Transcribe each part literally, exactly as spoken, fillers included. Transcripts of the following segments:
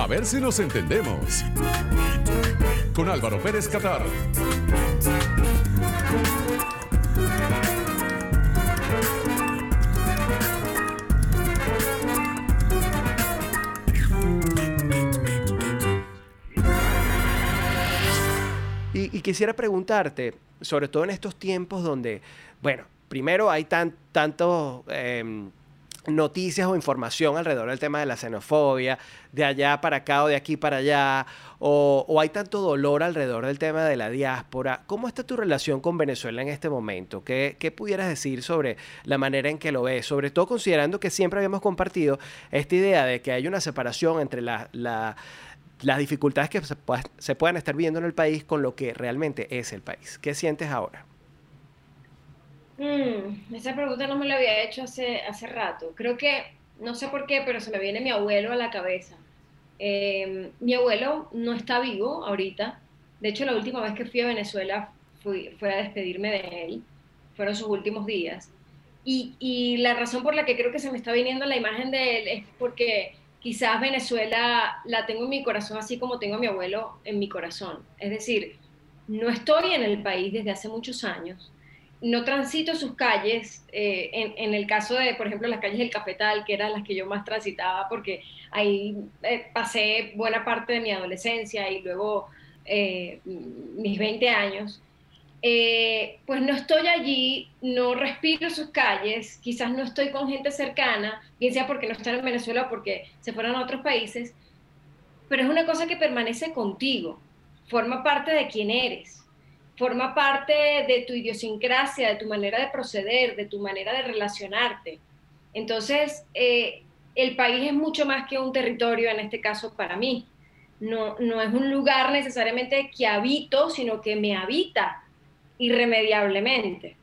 A ver si nos entendemos. Con Álvaro Pérez Catar. Y, y quisiera preguntarte, sobre todo en estos tiempos donde, bueno, primero hay tan, tantos eh, noticias o información alrededor del tema de la xenofobia, de allá para acá o de aquí para allá, o, o hay tanto dolor alrededor del tema de la diáspora. ¿Cómo está tu relación con Venezuela en este momento? ¿Qué, qué pudieras decir sobre la manera en que lo ves? Sobre todo considerando que siempre habíamos compartido esta idea de que hay una separación entre la... la las dificultades que se, pueda, se puedan estar viendo en el país con lo que realmente es el país. ¿Qué sientes ahora? Mm, esa pregunta no me la había hecho hace, hace rato. Creo que, no sé por qué, pero se me viene mi abuelo a la cabeza. Eh, mi abuelo no está vivo ahorita. De hecho, la última vez que fui a Venezuela fui, fue a despedirme de él. Fueron sus últimos días. Y, y la razón por la que creo que se me está viniendo la imagen de él es porque... quizás Venezuela la tengo en mi corazón así como tengo a mi abuelo en mi corazón. Es decir, no estoy en el país desde hace muchos años, no transito sus calles, eh, en, en el caso de, por ejemplo, las calles del Cafetal, que eran las que yo más transitaba, porque ahí eh, pasé buena parte de mi adolescencia y luego eh, mis veinte años. Eh, pues no estoy allí, no respiro sus calles, quizás no estoy con gente cercana, bien sea porque no están en Venezuela o porque se fueron a otros países, pero es una cosa que permanece contigo, forma parte de quién eres, forma parte de tu idiosincrasia, de tu manera de proceder, de tu manera de relacionarte. Entonces, eh, el país es mucho más que un territorio, en este caso para mí. No, no es un lugar necesariamente que habito, sino que me habita irremediablemente.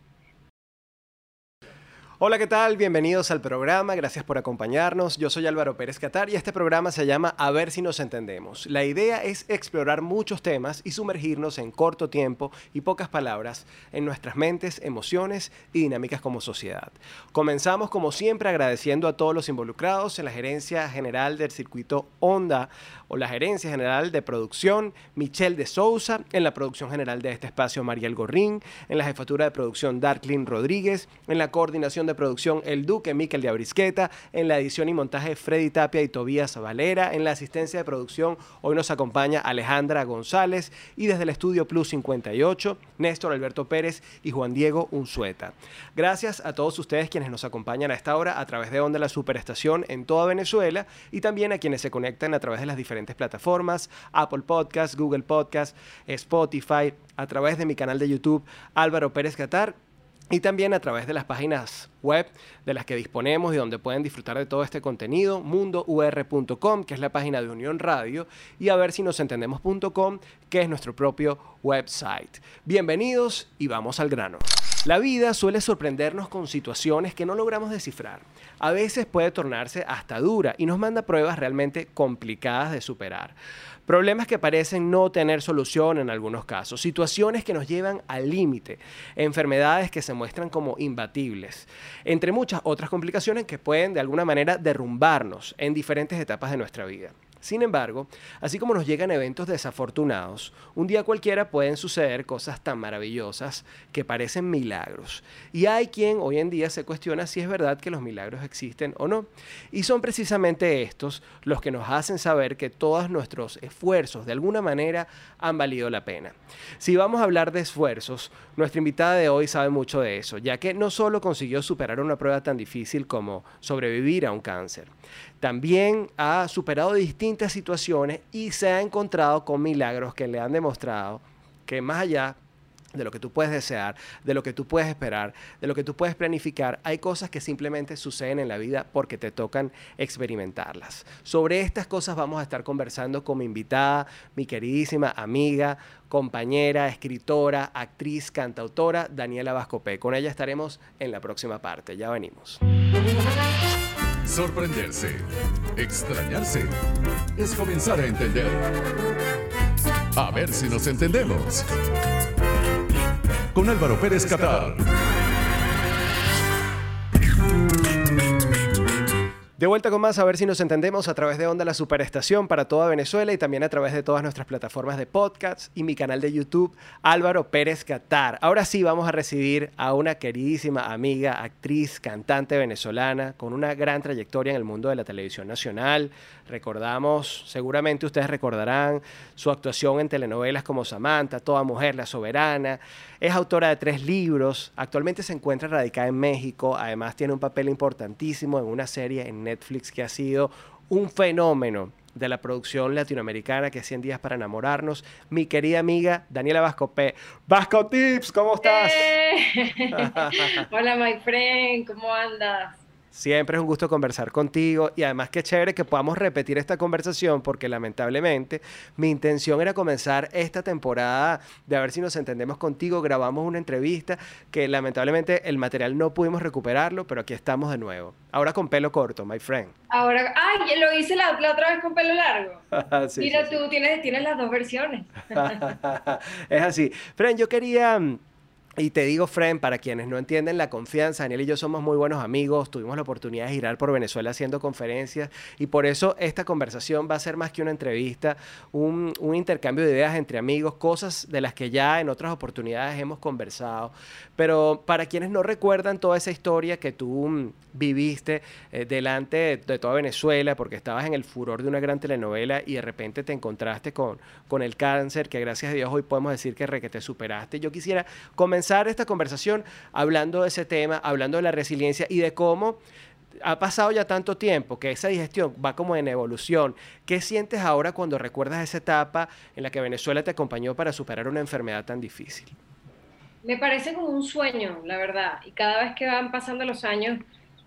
Hola, ¿qué tal? Bienvenidos al programa, gracias por acompañarnos. Yo soy Álvaro Pérez Catar y este programa se llama A ver si nos entendemos. La idea es explorar muchos temas y sumergirnos en corto tiempo y pocas palabras en nuestras mentes, emociones y dinámicas como sociedad. Comenzamos como siempre agradeciendo a todos los involucrados en la gerencia general del circuito Onda o la gerencia general de producción, Michelle de Sousa, en la producción general de este espacio, Mariel Gorrín, en la jefatura de producción, Darklin Rodríguez, en la coordinación de producción, El Duque, Miquel de Abrisqueta, en la edición y montaje, Freddy Tapia y Tobías Valera, en la asistencia de producción, hoy nos acompaña Alejandra González y desde el Estudio Plus cincuenta y ocho, Néstor Alberto Pérez y Juan Diego Unzueta. Gracias a todos ustedes quienes nos acompañan a esta hora a través de Onda La Superestación en toda Venezuela y también a quienes se conectan a través de las diferentes plataformas, Apple Podcast, Google Podcast, Spotify, a través de mi canal de YouTube, Álvaro Pérez Catar, y también a través de las páginas web de las que disponemos y donde pueden disfrutar de todo este contenido, mundo u r punto com, que es la página de Unión Radio, y a ver si nos entendemos punto com, que es nuestro propio website. Bienvenidos y vamos al grano. La vida suele sorprendernos con situaciones que no logramos descifrar. A veces puede tornarse hasta dura y nos manda pruebas realmente complicadas de superar. Problemas que parecen no tener solución en algunos casos, situaciones que nos llevan al límite, enfermedades que se muestran como imbatibles, entre muchas otras complicaciones que pueden de alguna manera derrumbarnos en diferentes etapas de nuestra vida. Sin embargo, así como nos llegan eventos desafortunados, un día cualquiera pueden suceder cosas tan maravillosas que parecen milagros. Y hay quien hoy en día se cuestiona si es verdad que los milagros existen o no. Y son precisamente estos los que nos hacen saber que todos nuestros esfuerzos de alguna manera han valido la pena. Si vamos a hablar de esfuerzos, nuestra invitada de hoy sabe mucho de eso, ya que no solo consiguió superar una prueba tan difícil como sobrevivir a un cáncer, también ha superado distintas situaciones y se ha encontrado con milagros que le han demostrado que más allá de lo que tú puedes desear, de lo que tú puedes esperar, de lo que tú puedes planificar, hay cosas que simplemente suceden en la vida porque te tocan experimentarlas. Sobre estas cosas vamos a estar conversando con mi invitada, mi queridísima amiga, compañera, escritora, actriz, cantautora, Daniela Vascopé. Con ella estaremos en la próxima parte. Ya venimos. Sorprenderse, extrañarse, es comenzar a entender. A ver si nos entendemos. Con Álvaro Pérez Catar. De vuelta con más, a ver si nos entendemos a través de Onda La Superestación para toda Venezuela y también a través de todas nuestras plataformas de podcast y mi canal de YouTube, Álvaro Pérez Catar. Ahora sí vamos a recibir a una queridísima amiga, actriz, cantante venezolana con una gran trayectoria en el mundo de la televisión nacional. Recordamos, seguramente ustedes recordarán su actuación en telenovelas como Samantha, Toda Mujer, La Soberana. Es autora de tres libros, actualmente se encuentra radicada en México, además tiene un papel importantísimo en una serie en Netflix que ha sido un fenómeno de la producción latinoamericana, que es cien días para enamorarnos. Mi querida amiga Daniela Vasco P. Vasco Tips, ¿cómo estás? ¡Eh! Hola, my friend, ¿cómo andas? Siempre es un gusto conversar contigo y además qué chévere que podamos repetir esta conversación porque lamentablemente mi intención era comenzar esta temporada de A ver si nos entendemos contigo. Grabamos una entrevista que lamentablemente el material no pudimos recuperarlo, pero aquí estamos de nuevo. Ahora con pelo corto, my friend. Ahora, ay, lo hice la, la otra vez con pelo largo. Sí, Mira sí, tú, sí. Tienes, tienes las dos versiones. Es así. Friend, yo quería... Y te digo, friend, para quienes no entienden la confianza, Daniel y yo somos muy buenos amigos, tuvimos la oportunidad de girar por Venezuela haciendo conferencias y por eso esta conversación va a ser más que una entrevista, un, un intercambio de ideas entre amigos, cosas de las que ya en otras oportunidades hemos conversado. Pero para quienes no recuerdan toda esa historia que tú mm, viviste eh, delante de, de toda Venezuela, porque estabas en el furor de una gran telenovela y de repente te encontraste con, con el cáncer, que gracias a Dios hoy podemos decir que, re, que te superaste. Yo quisiera comenzar esta conversación hablando de ese tema, hablando de la resiliencia y de cómo ha pasado ya tanto tiempo que esa digestión va como en evolución. ¿Qué sientes ahora cuando recuerdas esa etapa en la que Venezuela te acompañó para superar una enfermedad tan difícil? Me parece como un sueño, la verdad. Y cada vez que van pasando los años,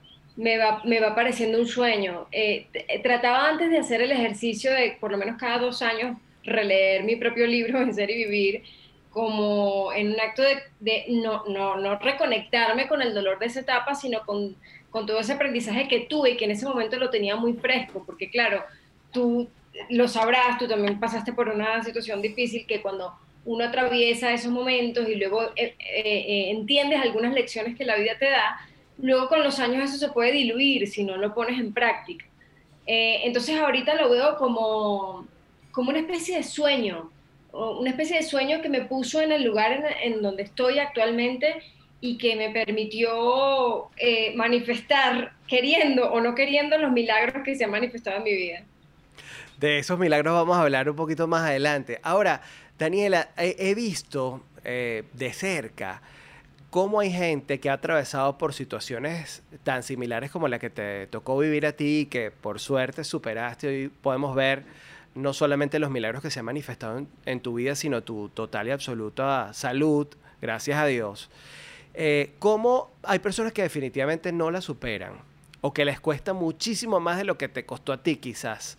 me va, me va pareciendo un sueño. Eh, t- trataba antes de hacer el ejercicio de, por lo menos cada dos años, releer mi propio libro, Vencer y Vivir, como en un acto de, de no, no, no reconectarme con el dolor de esa etapa, sino con, con todo ese aprendizaje que tuve y que en ese momento lo tenía muy fresco, porque claro, tú lo sabrás, tú también pasaste por una situación difícil que cuando uno atraviesa esos momentos y luego eh, eh, eh, entiendes algunas lecciones que la vida te da, luego con los años eso se puede diluir si no lo pones en práctica. Eh, entonces ahorita lo veo como, como una especie de sueño, una especie de sueño que me puso en el lugar en, en donde estoy actualmente y que me permitió eh, manifestar, queriendo o no queriendo, los milagros que se han manifestado en mi vida. De esos milagros vamos a hablar un poquito más adelante. Ahora, Daniela, he, he visto eh, de cerca cómo hay gente que ha atravesado por situaciones tan similares como la que te tocó vivir a ti y que por suerte superaste. Hoy podemos ver no solamente los milagros que se han manifestado en, en tu vida, sino tu total y absoluta salud, gracias a Dios. Eh, ¿Cómo hay personas que definitivamente no la superan o que les cuesta muchísimo más de lo que te costó a ti quizás?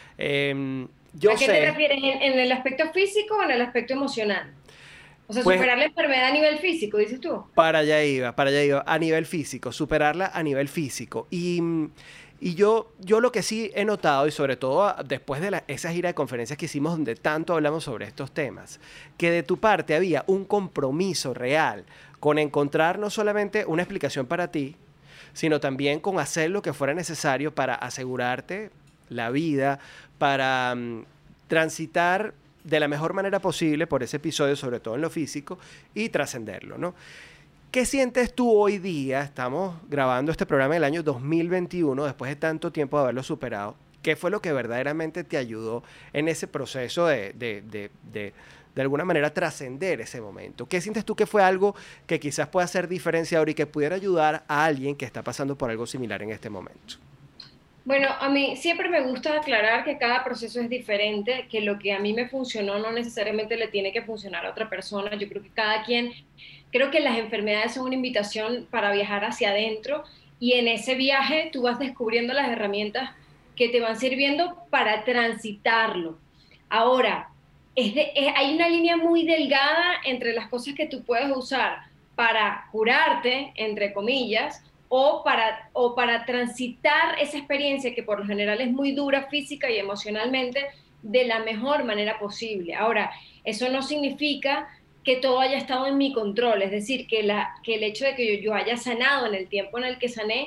Eh, yo ¿A qué sé, te refieres? ¿En, en el aspecto físico o en el aspecto emocional? O sea, pues superar la enfermedad a nivel físico, dices tú. para allá iba, para allá iba, a nivel físico, superarla a nivel físico. Y, y yo, yo lo que sí he notado, y sobre todo después de la, esa gira de conferencias que hicimos donde tanto hablamos sobre estos temas, que de tu parte había un compromiso real con encontrar no solamente una explicación para ti, sino también con hacer lo que fuera necesario para asegurarte la vida, para um, transitar de la mejor manera posible por ese episodio, sobre todo en lo físico, y trascenderlo, ¿no? ¿Qué sientes tú hoy día? Estamos grabando este programa en el año dos mil veintiuno, después de tanto tiempo de haberlo superado. ¿Qué fue lo que verdaderamente te ayudó en ese proceso de, de, de, de, de alguna manera, trascender ese momento? ¿Qué sientes tú que fue algo que quizás pueda ser diferenciador y que pudiera ayudar a alguien que está pasando por algo similar en este momento? Bueno, a mí siempre me gusta aclarar que cada proceso es diferente, que lo que a mí me funcionó no necesariamente le tiene que funcionar a otra persona. Yo creo que cada quien, creo que las enfermedades son una invitación para viajar hacia adentro y en ese viaje tú vas descubriendo las herramientas que te van sirviendo para transitarlo. Ahora, es de, es, hay una línea muy delgada entre las cosas que tú puedes usar para curarte, entre comillas, o para, o para transitar esa experiencia que por lo general es muy dura física y emocionalmente de la mejor manera posible. Ahora, eso no significa que todo haya estado en mi control, es decir, que, la, que el hecho de que yo, yo haya sanado en el tiempo en el que sané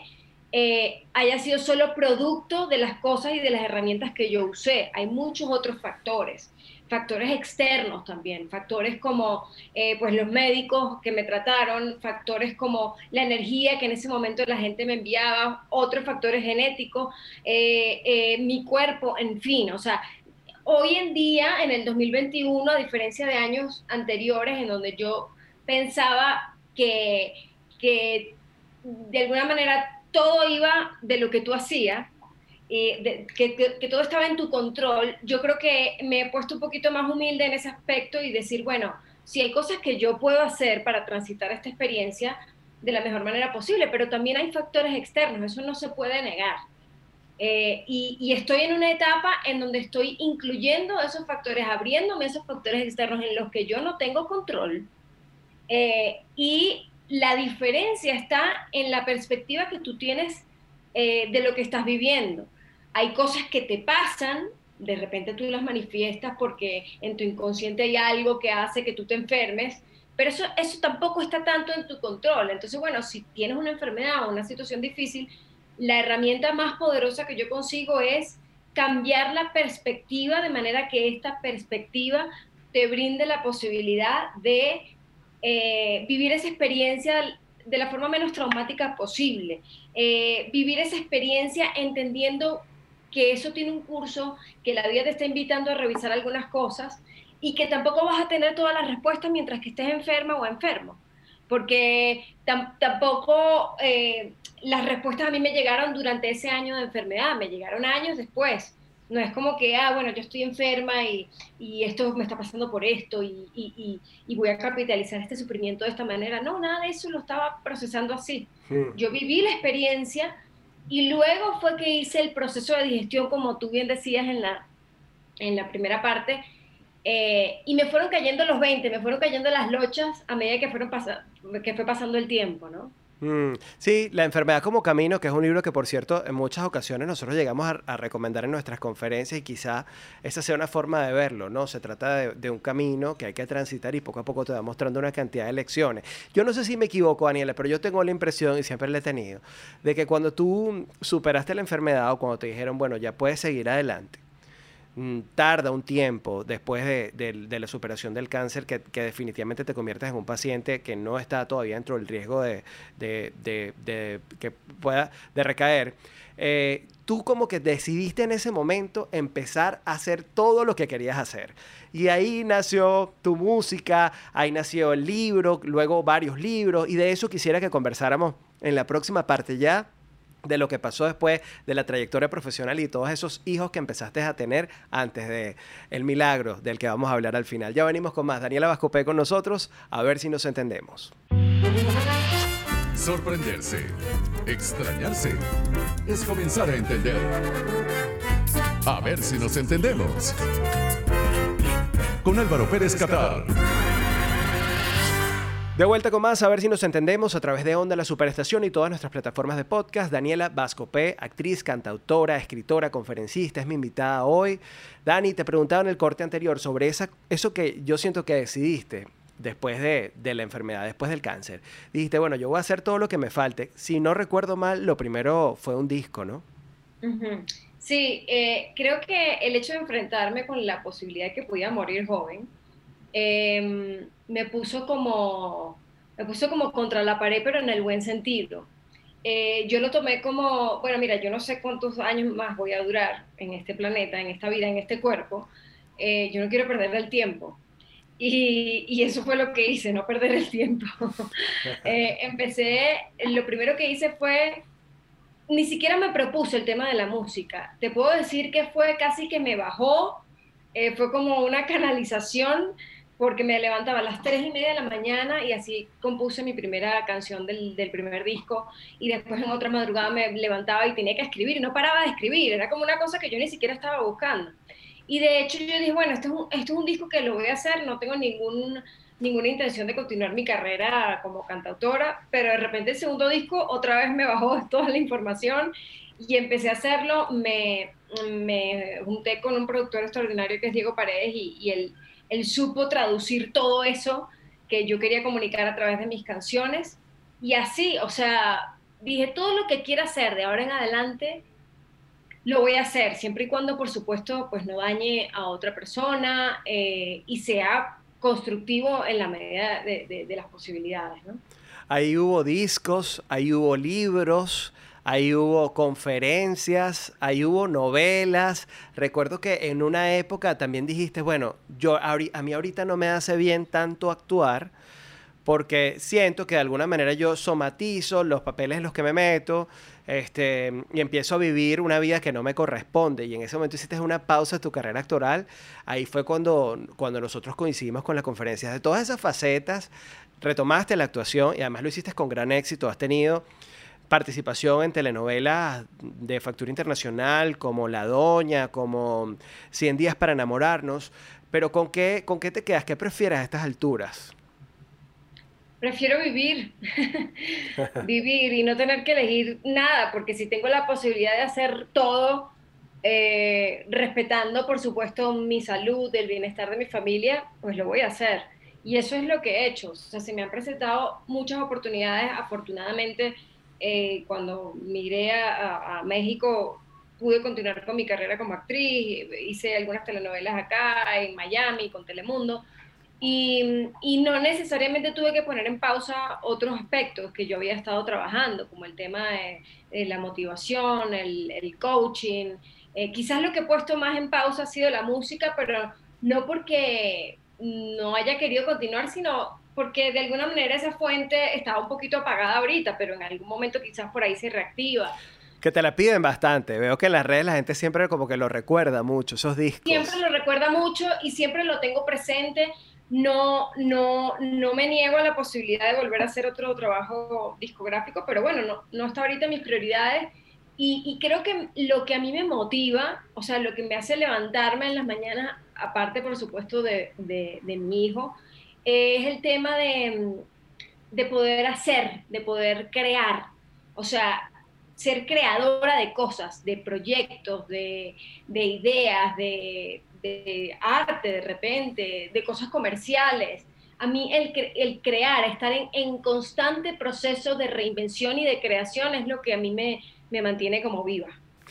eh, haya sido solo producto de las cosas y de las herramientas que yo usé. Hay muchos otros factores, factores externos también, factores como eh, pues los médicos que me trataron, factores como la energía que en ese momento la gente me enviaba, otros factores genéticos, eh, eh, mi cuerpo, en fin, o sea, hoy en día, en el dos mil veintiuno, a diferencia de años anteriores en donde yo pensaba que, que de alguna manera todo iba de lo que tú hacías, eh, de, que, que, que todo estaba en tu control, yo creo que me he puesto un poquito más humilde en ese aspecto y decir, bueno, si hay cosas que yo puedo hacer para transitar esta experiencia de la mejor manera posible, pero también hay factores externos, eso no se puede negar. Eh, y, y estoy en una etapa en donde estoy incluyendo esos factores, abriéndome esos factores externos en los que yo no tengo control. Eh, y la diferencia está en la perspectiva que tú tienes eh, de lo que estás viviendo. Hay cosas que te pasan, de repente tú las manifiestas porque en tu inconsciente hay algo que hace que tú te enfermes, pero eso, eso tampoco está tanto en tu control. Entonces, bueno, si tienes una enfermedad o una situación difícil, la herramienta más poderosa que yo consigo es cambiar la perspectiva de manera que esta perspectiva te brinde la posibilidad de eh, vivir esa experiencia de la forma menos traumática posible, eh, vivir esa experiencia entendiendo que eso tiene un curso, que la vida te está invitando a revisar algunas cosas y que tampoco vas a tener todas las respuestas mientras que estés enferma o enfermo, porque tam tampoco eh, las respuestas a mí me llegaron durante ese año de enfermedad, me llegaron años después. No es como que, ah, bueno, yo estoy enferma y, y esto me está pasando por esto y, y, y, y voy a capitalizar este sufrimiento de esta manera. No, nada de eso lo estaba procesando así. Hmm. Yo viví la experiencia y luego fue que hice el proceso de digestión, como tú bien decías en la, en la primera parte, eh, y me fueron cayendo los veinte, me fueron cayendo las lochas a medida que, fueron que fue pasando el tiempo, ¿no? Mm, sí, La enfermedad como camino, que es un libro que, por cierto, en muchas ocasiones nosotros llegamos a, a recomendar en nuestras conferencias y quizá esa sea una forma de verlo, ¿no? Se trata de, de un camino que hay que transitar y poco a poco te va mostrando una cantidad de lecciones. Yo no sé si me equivoco, Daniela, pero yo tengo la impresión, y siempre la he tenido, de que cuando tú superaste la enfermedad o cuando te dijeron, bueno, ya puedes seguir adelante, tarda un tiempo después de, de, de la superación del cáncer que, que definitivamente te conviertes en un paciente que no está todavía dentro del riesgo de, de, de, de que pueda de recaer. Eh, tú como que decidiste en ese momento empezar a hacer todo lo que querías hacer. Y ahí nació tu música, ahí nació el libro, luego varios libros, y de eso quisiera que conversáramos en la próxima parte ya, de lo que pasó después de la trayectoria profesional y todos esos hijos que empezaste a tener antes de el milagro del que vamos a hablar al final. Ya venimos con más. Daniela Bascopé con nosotros, a ver si nos entendemos. Sorprenderse, extrañarse, es comenzar a entender. A ver si nos entendemos. Con Álvaro Pérez Catar. De vuelta con más, a ver si nos entendemos a través de Onda La Superestación y todas nuestras plataformas de podcast. Daniela Bascopé, actriz, cantautora, escritora, conferencista, es mi invitada hoy. Dani, te preguntaba en el corte anterior sobre esa, eso que yo siento que decidiste después de, de la enfermedad, después del cáncer. Dijiste, bueno, yo voy a hacer todo lo que me falte. Si no recuerdo mal, lo primero fue un disco, ¿no? Uh-huh. Sí, eh, creo que el hecho de enfrentarme con la posibilidad de que podía morir joven, Eh, me puso como me puso como contra la pared, pero en el buen sentido. Eh, yo lo tomé como, bueno, mira, yo no sé cuántos años más voy a durar en este planeta, en esta vida, en este cuerpo. Eh, yo no quiero perder el tiempo. Y, y eso fue lo que hice, no perder el tiempo. eh, empecé, lo primero que hice fue, ni siquiera me propuse el tema de la música. Te puedo decir que fue casi que me bajó, eh, fue como una canalización, porque me levantaba a las tres y media de la mañana y así compuse mi primera canción del, del primer disco, y después en otra madrugada me levantaba y tenía que escribir y no paraba de escribir, era como una cosa que yo ni siquiera estaba buscando. Y de hecho yo dije, bueno, esto es un, esto es un disco que lo voy a hacer, no tengo ningún, ninguna intención de continuar mi carrera como cantautora, pero de repente el segundo disco otra vez me bajó toda la información y empecé a hacerlo. Me, me junté con un productor extraordinario que es Diego Paredes y, y él Él supo traducir todo eso que yo quería comunicar a través de mis canciones. Y así, o sea, dije, todo lo que quiera hacer de ahora en adelante, lo voy a hacer, siempre y cuando, por supuesto, pues no dañe a otra persona eh, y sea constructivo en la medida de, de, de las posibilidades, ¿no? Ahí hubo discos, ahí hubo libros, ahí hubo conferencias, ahí hubo novelas. Recuerdo que en una época también dijiste, bueno, yo ahori- a mí ahorita no me hace bien tanto actuar porque siento que de alguna manera yo somatizo los papeles en los que me meto, este, y empiezo a vivir una vida que no me corresponde. Y en ese momento hiciste una pausa en tu carrera actoral. Ahí fue cuando, cuando nosotros coincidimos con las conferencias. De todas esas facetas, retomaste la actuación y además lo hiciste con gran éxito. Has tenido participación en telenovelas de factura internacional como La Doña, como Cien días para enamorarnos. Pero ¿con qué, con qué te quedas? ¿Qué prefieres a estas alturas? Prefiero vivir, vivir y no tener que elegir nada, porque si tengo la posibilidad de hacer todo, eh, respetando, por supuesto, mi salud, el bienestar de mi familia, pues lo voy a hacer. Y eso es lo que he hecho. O sea, se me han presentado muchas oportunidades. Afortunadamente, eh, cuando migré a, a- a México, pude continuar con mi carrera como actriz. Hice algunas telenovelas acá, en Miami, con Telemundo. Y, y no necesariamente tuve que poner en pausa otros aspectos que yo había estado trabajando, como el tema de, de la motivación, el, el coaching. Eh, quizás lo que he puesto más en pausa ha sido la música, pero no porque no haya querido continuar, sino porque de alguna manera esa fuente estaba un poquito apagada ahorita, pero en algún momento quizás por ahí se reactiva. Que te la piden bastante. Veo que en las redes la gente siempre como que lo recuerda mucho, esos Siempre discos. lo recuerda mucho y siempre lo tengo presente. No, no, no me niego a la posibilidad de volver a hacer otro trabajo discográfico, pero bueno, no, no está ahorita en mis prioridades. Y, y creo que lo que a mí me motiva, o sea, lo que me hace levantarme en las mañanas, aparte por supuesto de, de, de mi hijo, eh, es el tema de, de poder hacer, de poder crear. O sea, ser creadora de cosas, de proyectos, de, de ideas, de, de, arte de repente, de cosas comerciales. A mí el, el crear, estar en, en, constante proceso de reinvención y de creación es lo que a mí me, me mantiene como viva.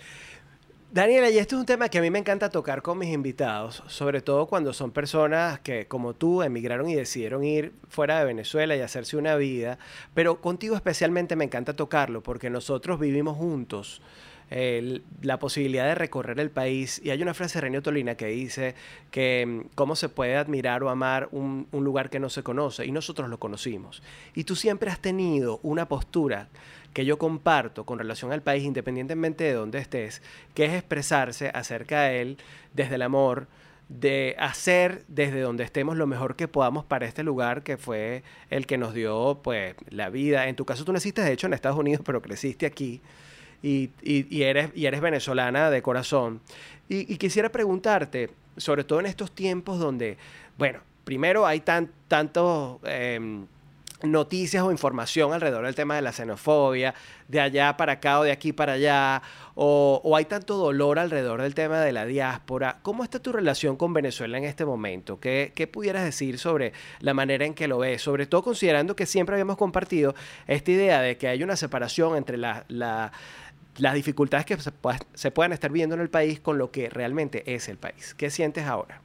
Daniela, y este es un tema que a mí me encanta tocar con mis invitados, sobre todo cuando son personas que, como tú, emigraron y decidieron ir fuera de Venezuela y hacerse una vida, pero contigo especialmente me encanta tocarlo porque nosotros vivimos juntos eh, la posibilidad de recorrer el país y hay una frase de Renio Tolina que dice que mm, cómo se puede admirar o amar un, un lugar que no se conoce y nosotros lo conocimos. Y tú siempre has tenido una postura que yo comparto con relación al país, independientemente de dónde estés, que es expresarse acerca de él desde el amor, de hacer desde donde estemos lo mejor que podamos para este lugar que fue el que nos dio pues la vida. En tu caso tú naciste de hecho en Estados Unidos, pero creciste aquí y, y, y eres, y eres venezolana de corazón. Y, y quisiera preguntarte, sobre todo en estos tiempos donde, bueno, primero hay tan, tantos... Eh, noticias o información alrededor del tema de la xenofobia, de allá para acá o de aquí para allá, o, o hay tanto dolor alrededor del tema de la diáspora. ¿Cómo está tu relación con Venezuela en este momento? ¿Qué, qué pudieras decir sobre la manera en que lo ves? Sobre todo considerando que siempre habíamos compartido esta idea de que hay una separación entre la, la, las dificultades que se, pueda, se puedan estar viendo en el país con lo que realmente es el país. ¿Qué sientes ahora?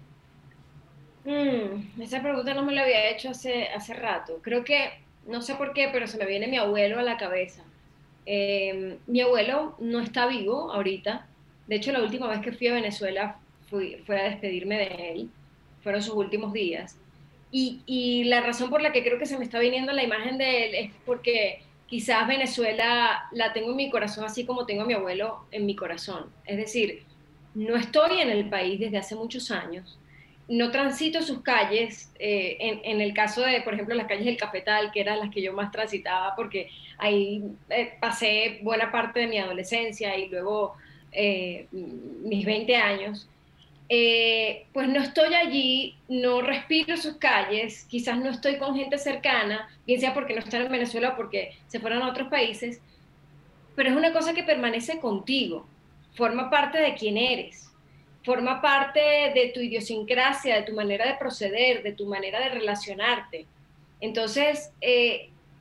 Mm, esa pregunta no me la había hecho hace, hace rato. Creo que, no sé por qué, pero se me viene mi abuelo a la cabeza. Eh, mi abuelo no está vivo ahorita. De hecho, la última vez que fui a Venezuela fui, fue a despedirme de él. Fueron sus últimos días. Y, y la razón por la que creo que se me está viniendo la imagen de él es porque quizás Venezuela la tengo en mi corazón así como tengo a mi abuelo en mi corazón. Es decir, no estoy en el país desde hace muchos años, no transito sus calles, eh, en, en, el caso de, por ejemplo, las calles del Cafetal, que eran las que yo más transitaba, porque ahí eh, pasé buena parte de mi adolescencia y luego eh, mis veinte años, eh, pues no estoy allí, no respiro sus calles, quizás no estoy con gente cercana, bien sea porque no están en Venezuela o porque se fueron a otros países, pero es una cosa que permanece contigo, forma parte de quién eres, forma parte de tu idiosincrasia, de tu manera de proceder, de tu manera de relacionarte. Entonces, eh,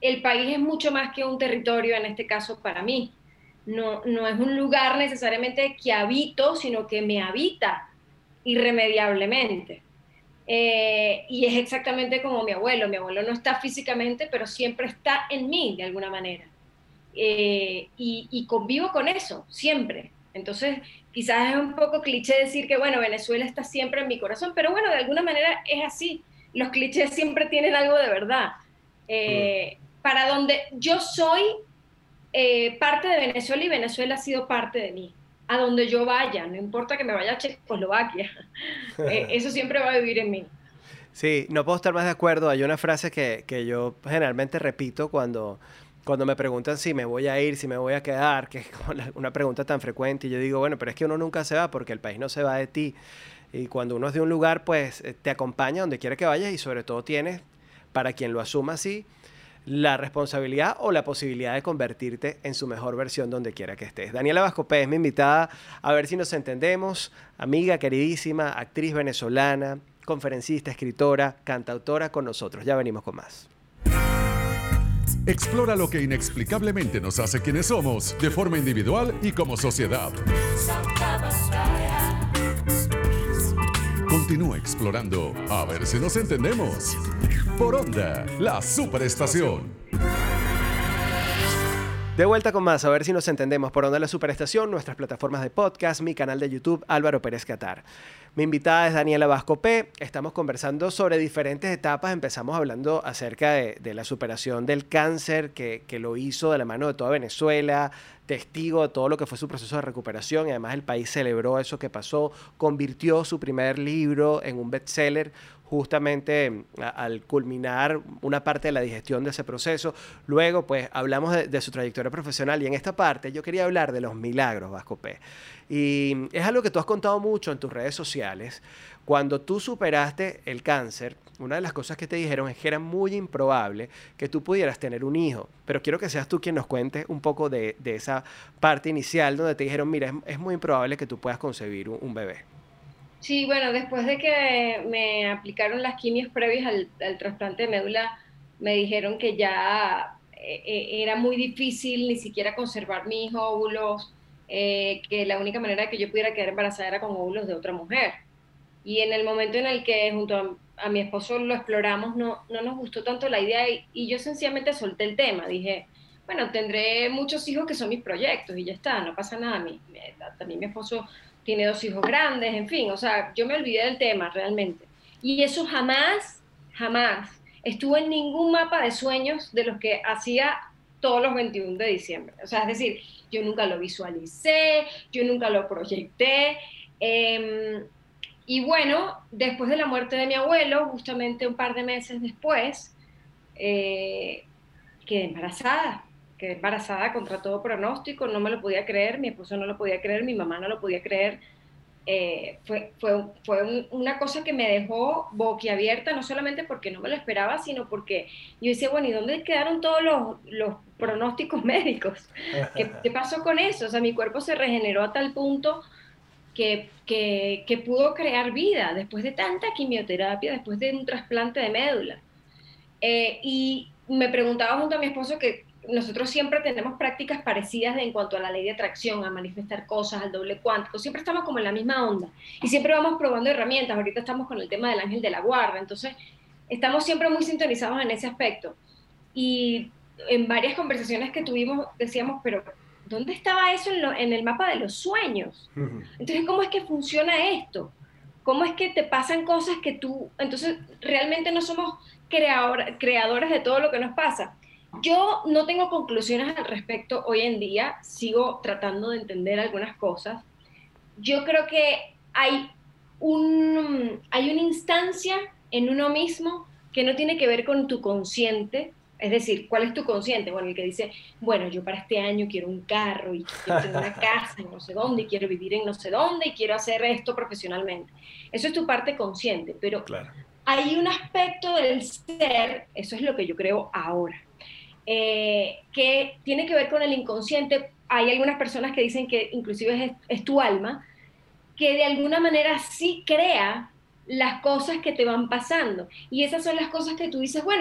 el país es mucho más que un territorio, en este caso para mí. No, no es un lugar necesariamente que habito, sino que me habita irremediablemente. Eh, y es exactamente como mi abuelo. Mi abuelo no está físicamente, pero siempre está en mí de alguna manera. Eh, y, y convivo con eso, siempre. Entonces, quizás es un poco cliché decir que, bueno, Venezuela está siempre en mi corazón, pero bueno, de alguna manera es así. Los clichés siempre tienen algo de verdad. Eh, mm. Para donde yo soy eh, parte de Venezuela y Venezuela ha sido parte de mí. A donde yo vaya, no importa que me vaya a Checoslovaquia, eh, eso siempre va a vivir en mí. Sí, no puedo estar más de acuerdo. Hay una frase que, que yo generalmente repito cuando, cuando me preguntan si me voy a ir, si me voy a quedar, que es una pregunta tan frecuente, y yo digo, bueno, pero es que uno nunca se va porque el país no se va de ti. Y cuando uno es de un lugar, pues te acompaña donde quiera que vayas y sobre todo tienes, para quien lo asuma así, la responsabilidad o la posibilidad de convertirte en su mejor versión donde quiera que estés. Daniela Vascopé es mi invitada, a ver si nos entendemos, amiga queridísima, actriz venezolana, conferencista, escritora, cantautora con nosotros. Ya venimos con más. Explora lo que inexplicablemente nos hace quienes somos, de forma individual y como sociedad. Continúa explorando, a ver si nos entendemos. Por Onda, la superestación. De vuelta con más, a ver si nos entendemos. Por Onda, la superestación, nuestras plataformas de podcast, mi canal de YouTube, Álvaro Pérez Catar. Mi invitada es Daniela Vascopé. Estamos conversando sobre diferentes etapas. Empezamos hablando acerca de, de la superación del cáncer que, que lo hizo de la mano de toda Venezuela, testigo de todo lo que fue su proceso de recuperación, y además el país celebró eso que pasó, convirtió su primer libro en un bestseller justamente a, al culminar una parte de la digestión de ese proceso. Luego, pues, hablamos de, de su trayectoria profesional, y en esta parte yo quería hablar de los milagros, Vascopé. Y es algo que tú has contado mucho en tus redes sociales. Cuando tú superaste el cáncer, una de las cosas que te dijeron es que era muy improbable que tú pudieras tener un hijo. Pero quiero que seas tú quien nos cuente un poco de, de esa parte inicial donde te dijeron, mira, es, es muy improbable que tú puedas concebir un, un bebé. Sí, bueno, después de que me aplicaron las quimios previas al, al trasplante de médula, me dijeron que ya eh, era muy difícil ni siquiera conservar mis óvulos, eh, que la única manera que yo pudiera quedar embarazada era con óvulos de otra mujer. Y en el momento en el que junto a, a mi esposo lo exploramos, no, no nos gustó tanto la idea y, y yo sencillamente solté el tema. Dije, bueno, tendré muchos hijos que son mis proyectos y ya está, no pasa nada. Mi, mi, también mi esposo tiene dos hijos grandes, en fin, o sea, yo me olvidé del tema realmente. Y eso jamás, jamás estuvo en ningún mapa de sueños de los que hacía todos los veintiuno de diciembre. O sea, es decir, yo nunca lo visualicé, yo nunca lo proyecté. Eh, y bueno, después de la muerte de mi abuelo, justamente un par de meses después, eh, quedé embarazada. Quedé embarazada contra todo pronóstico, no me lo podía creer, mi esposo no lo podía creer, mi mamá no lo podía creer. Eh, fue fue, fue un, una cosa que me dejó boquiabierta, no solamente porque no me lo esperaba, sino porque yo decía, bueno, ¿y dónde quedaron todos los, los pronósticos médicos? ¿Qué, ¿Qué pasó con eso? O sea, mi cuerpo se regeneró a tal punto que, que, que pudo crear vida después de tanta quimioterapia, después de un trasplante de médula. Eh, y me preguntaba junto a mi esposo que nosotros siempre tenemos prácticas parecidas en cuanto a la ley de atracción, a manifestar cosas, al doble cuántico, siempre estamos como en la misma onda y siempre vamos probando herramientas. Ahorita estamos con el tema del ángel de la guarda, entonces estamos siempre muy sintonizados en ese aspecto. Y en varias conversaciones que tuvimos decíamos, pero ¿dónde estaba eso en, lo, en el mapa de los sueños? Entonces, ¿cómo es que funciona esto? ¿Cómo es que te pasan cosas que tú... Entonces, realmente no somos creador, creadores de todo lo que nos pasa. Yo no tengo conclusiones al respecto hoy en día, sigo tratando de entender algunas cosas. Yo creo que hay, un, hay una instancia en uno mismo que no tiene que ver con tu consciente, es decir, ¿cuál es tu consciente? Bueno, el que dice, bueno, yo para este año quiero un carro y quiero tener una casa en no sé dónde y quiero vivir en no sé dónde y quiero hacer esto profesionalmente. Eso es tu parte consciente, pero claro, hay un aspecto del ser, eso es lo que yo creo ahora, Eh, que tiene que ver con el inconsciente. Hay algunas personas que dicen que inclusive es, es tu alma, que de alguna manera sí crea las cosas que te van pasando. Y esas son las cosas que tú dices, bueno,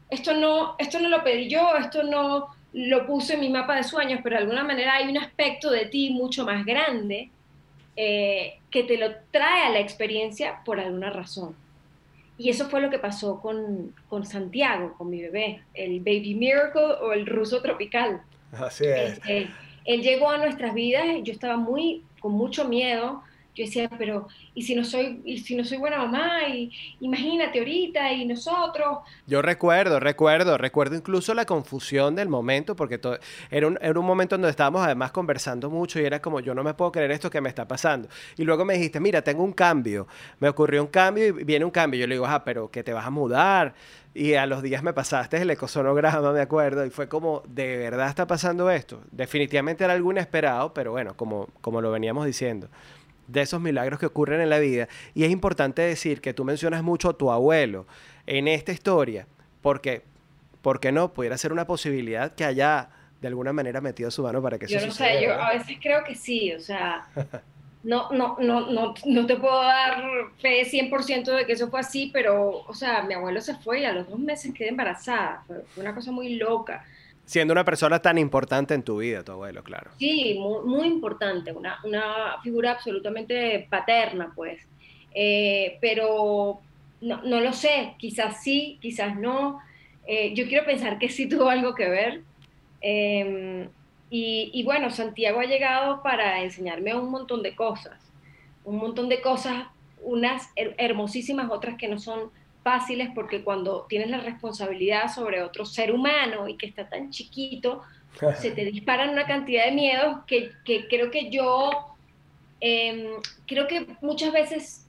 esto no, esto no lo pedí yo, esto no lo puse en mi mapa de sueños, pero de alguna manera hay un aspecto de ti mucho más grande eh, que te lo trae a la experiencia por alguna razón. Y eso fue lo que pasó con, con Santiago, con mi bebé, el Baby Miracle o el ruso tropical. Así es. Este, él llegó a nuestras vidas, yo estaba muy, con mucho miedo. Yo decía, pero ¿y si no soy, y si no soy buena mamá? Y imagínate ahorita y nosotros. Yo recuerdo, recuerdo, recuerdo incluso la confusión del momento, porque to- era un, era un momento en donde estábamos además conversando mucho y era como, yo no me puedo creer esto que me está pasando. Y luego me dijiste, mira, tengo un cambio, me ocurrió un cambio y viene un cambio. Yo le digo, ah, pero que te vas a mudar. Y a los días me pasaste el ecosonograma, me acuerdo, y fue como, ¿de verdad está pasando esto? Definitivamente era algo inesperado, pero bueno, como, como lo veníamos diciendo, de esos milagros que ocurren en la vida. Y es importante decir que tú mencionas mucho a tu abuelo en esta historia, porque, ¿por qué no? Pudiera ser una posibilidad que haya de alguna manera metido su mano para que eso Yo no suceda, sé, yo ¿verdad? a veces creo que sí, o sea, no, no, no, no, no te puedo dar fe cien por ciento de que eso fue así, pero, o sea, mi abuelo se fue y a los dos meses quedé embarazada, fue, fue una cosa muy loca. Siendo una persona tan importante en tu vida, tu abuelo, claro. Sí, muy, muy importante, una, una figura absolutamente paterna, pues. Eh, pero no, no lo sé, quizás sí, quizás no. Eh, yo quiero pensar que sí tuvo algo que ver. Eh, y, y bueno, Santiago ha llegado para enseñarme un montón de cosas, un montón de cosas, unas her- hermosísimas, otras que no son fáciles, porque cuando tienes la responsabilidad sobre otro ser humano y que está tan chiquito, se te disparan una cantidad de miedos que, que creo que yo, eh, creo que muchas veces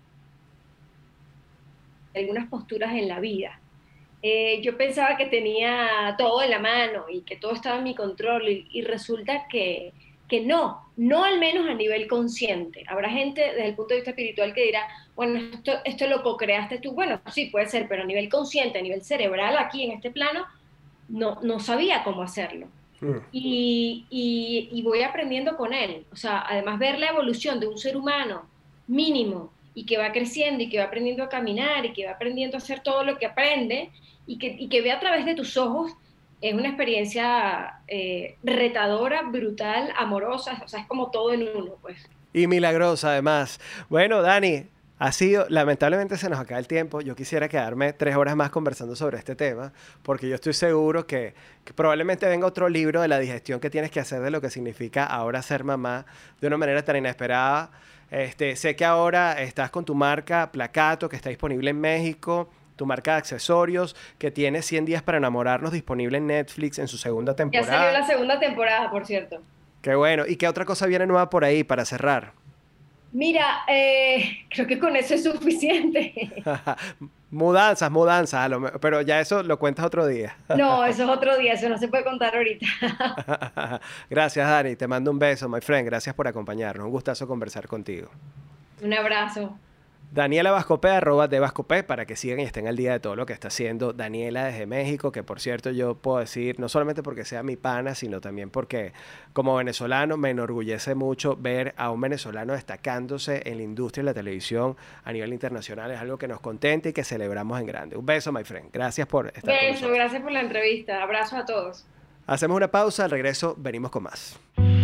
algunas posturas en la vida. Eh, yo pensaba que tenía todo en la mano y que todo estaba en mi control y, y resulta que, que no, no al menos a nivel consciente. Habrá gente desde el punto de vista espiritual que dirá, bueno, esto, esto lo co-creaste tú. Bueno, sí, puede ser, pero a nivel consciente, a nivel cerebral, aquí en este plano, no, no sabía cómo hacerlo. Mm. Y, y, y voy aprendiendo con él. O sea, además ver la evolución de un ser humano mínimo y que va creciendo y que va aprendiendo a caminar y que va aprendiendo a hacer todo lo que aprende y que, y que ve a través de tus ojos, es una experiencia eh, retadora, brutal, amorosa, o sea, es como todo en uno, pues. Y milagrosa además. Bueno, Dani, ha sido, lamentablemente se nos acaba el tiempo. Yo quisiera quedarme tres horas más conversando sobre este tema, porque yo estoy seguro que, que probablemente venga otro libro de la digestión que tienes que hacer de lo que significa ahora ser mamá de una manera tan inesperada. Este, sé que ahora estás con tu marca Placato, que está disponible en México, tu marca de accesorios, que tiene cien días para enamorarnos, disponible en Netflix en su segunda Ya salió temporada. la segunda temporada, por cierto. Qué bueno. ¿Y qué otra cosa viene nueva por ahí para cerrar? Mira, eh, creo que con eso es suficiente. Mudanzas, mudanzas, a lo me- pero ya eso lo cuentas otro día. No, eso es otro día, eso no se puede contar ahorita. Gracias, Dani. Te mando un beso, my friend. Gracias por acompañarnos. Un gustazo conversar contigo. Un abrazo. Daniela Vascopé, arroba de Vascopé, para que sigan y estén al día de todo lo que está haciendo Daniela desde México, que por cierto yo puedo decir, no solamente porque sea mi pana, sino también porque como venezolano me enorgullece mucho ver a un venezolano destacándose en la industria de la televisión a nivel internacional. Es algo que nos contenta y que celebramos en grande. Un beso, my friend. Gracias por estar con Beso, nosotros. gracias por la entrevista. Abrazo a todos. Hacemos una pausa, al regreso venimos con más.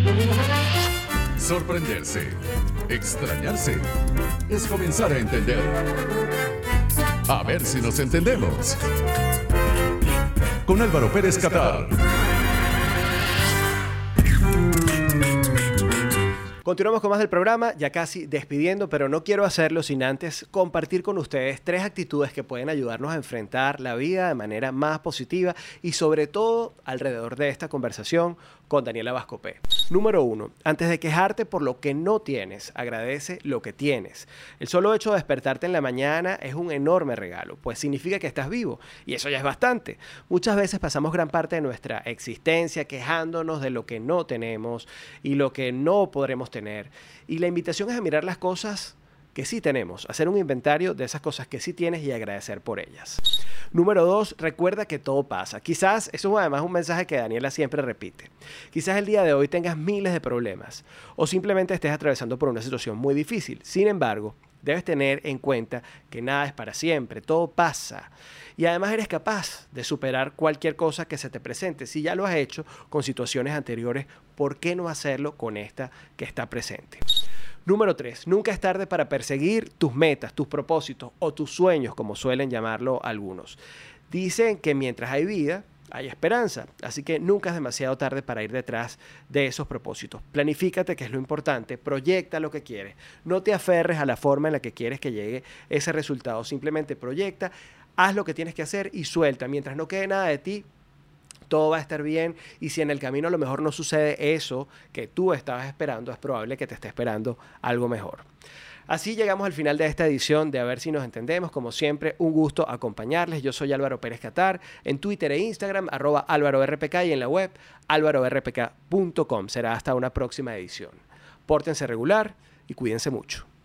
Sorprenderse, extrañarse, es comenzar a entender. A ver si nos entendemos. Con Álvaro Pérez Catar. Continuamos con más del programa, ya casi despidiendo, pero no quiero hacerlo sin antes compartir con ustedes tres actitudes que pueden ayudarnos a enfrentar la vida de manera más positiva y sobre todo alrededor de esta conversación con Daniela Vascopé. Número uno, antes de quejarte por lo que no tienes, agradece lo que tienes. El solo hecho de despertarte en la mañana es un enorme regalo, pues significa que estás vivo y eso ya es bastante. Muchas veces pasamos gran parte de nuestra existencia quejándonos de lo que no tenemos y lo que no podremos tener. Y la invitación es a mirar las cosas que sí tenemos, hacer un inventario de esas cosas que sí tienes y agradecer por ellas. Número dos, recuerda que todo pasa. Quizás, eso es además un mensaje que Daniela siempre repite, quizás el día de hoy tengas miles de problemas o simplemente estés atravesando por una situación muy difícil. Sin embargo, Debes tener en cuenta que nada es para siempre, todo pasa. Y además eres capaz de superar cualquier cosa que se te presente. Si ya lo has hecho con situaciones anteriores, ¿por qué no hacerlo con esta que está presente? Número tres, nunca es tarde para perseguir tus metas, tus propósitos o tus sueños, como suelen llamarlo algunos. Dicen que mientras hay vida, hay esperanza, así que nunca es demasiado tarde para ir detrás de esos propósitos. Planifícate, que es lo importante, proyecta lo que quieres. No te aferres a la forma en la que quieres que llegue ese resultado, simplemente proyecta, haz lo que tienes que hacer y suelta. Mientras no quede nada de ti, todo va a estar bien, y si en el camino a lo mejor no sucede eso que tú estabas esperando, es probable que te esté esperando algo mejor. Así llegamos al final de esta edición de A Ver Si Nos Entendemos. Como siempre, un gusto acompañarles. Yo soy Álvaro Pérez Catar, en Twitter e Instagram, arroba Álvaro R P K, y en la web álvaro r p k punto com. Será hasta una próxima edición. Pórtense regular y cuídense mucho.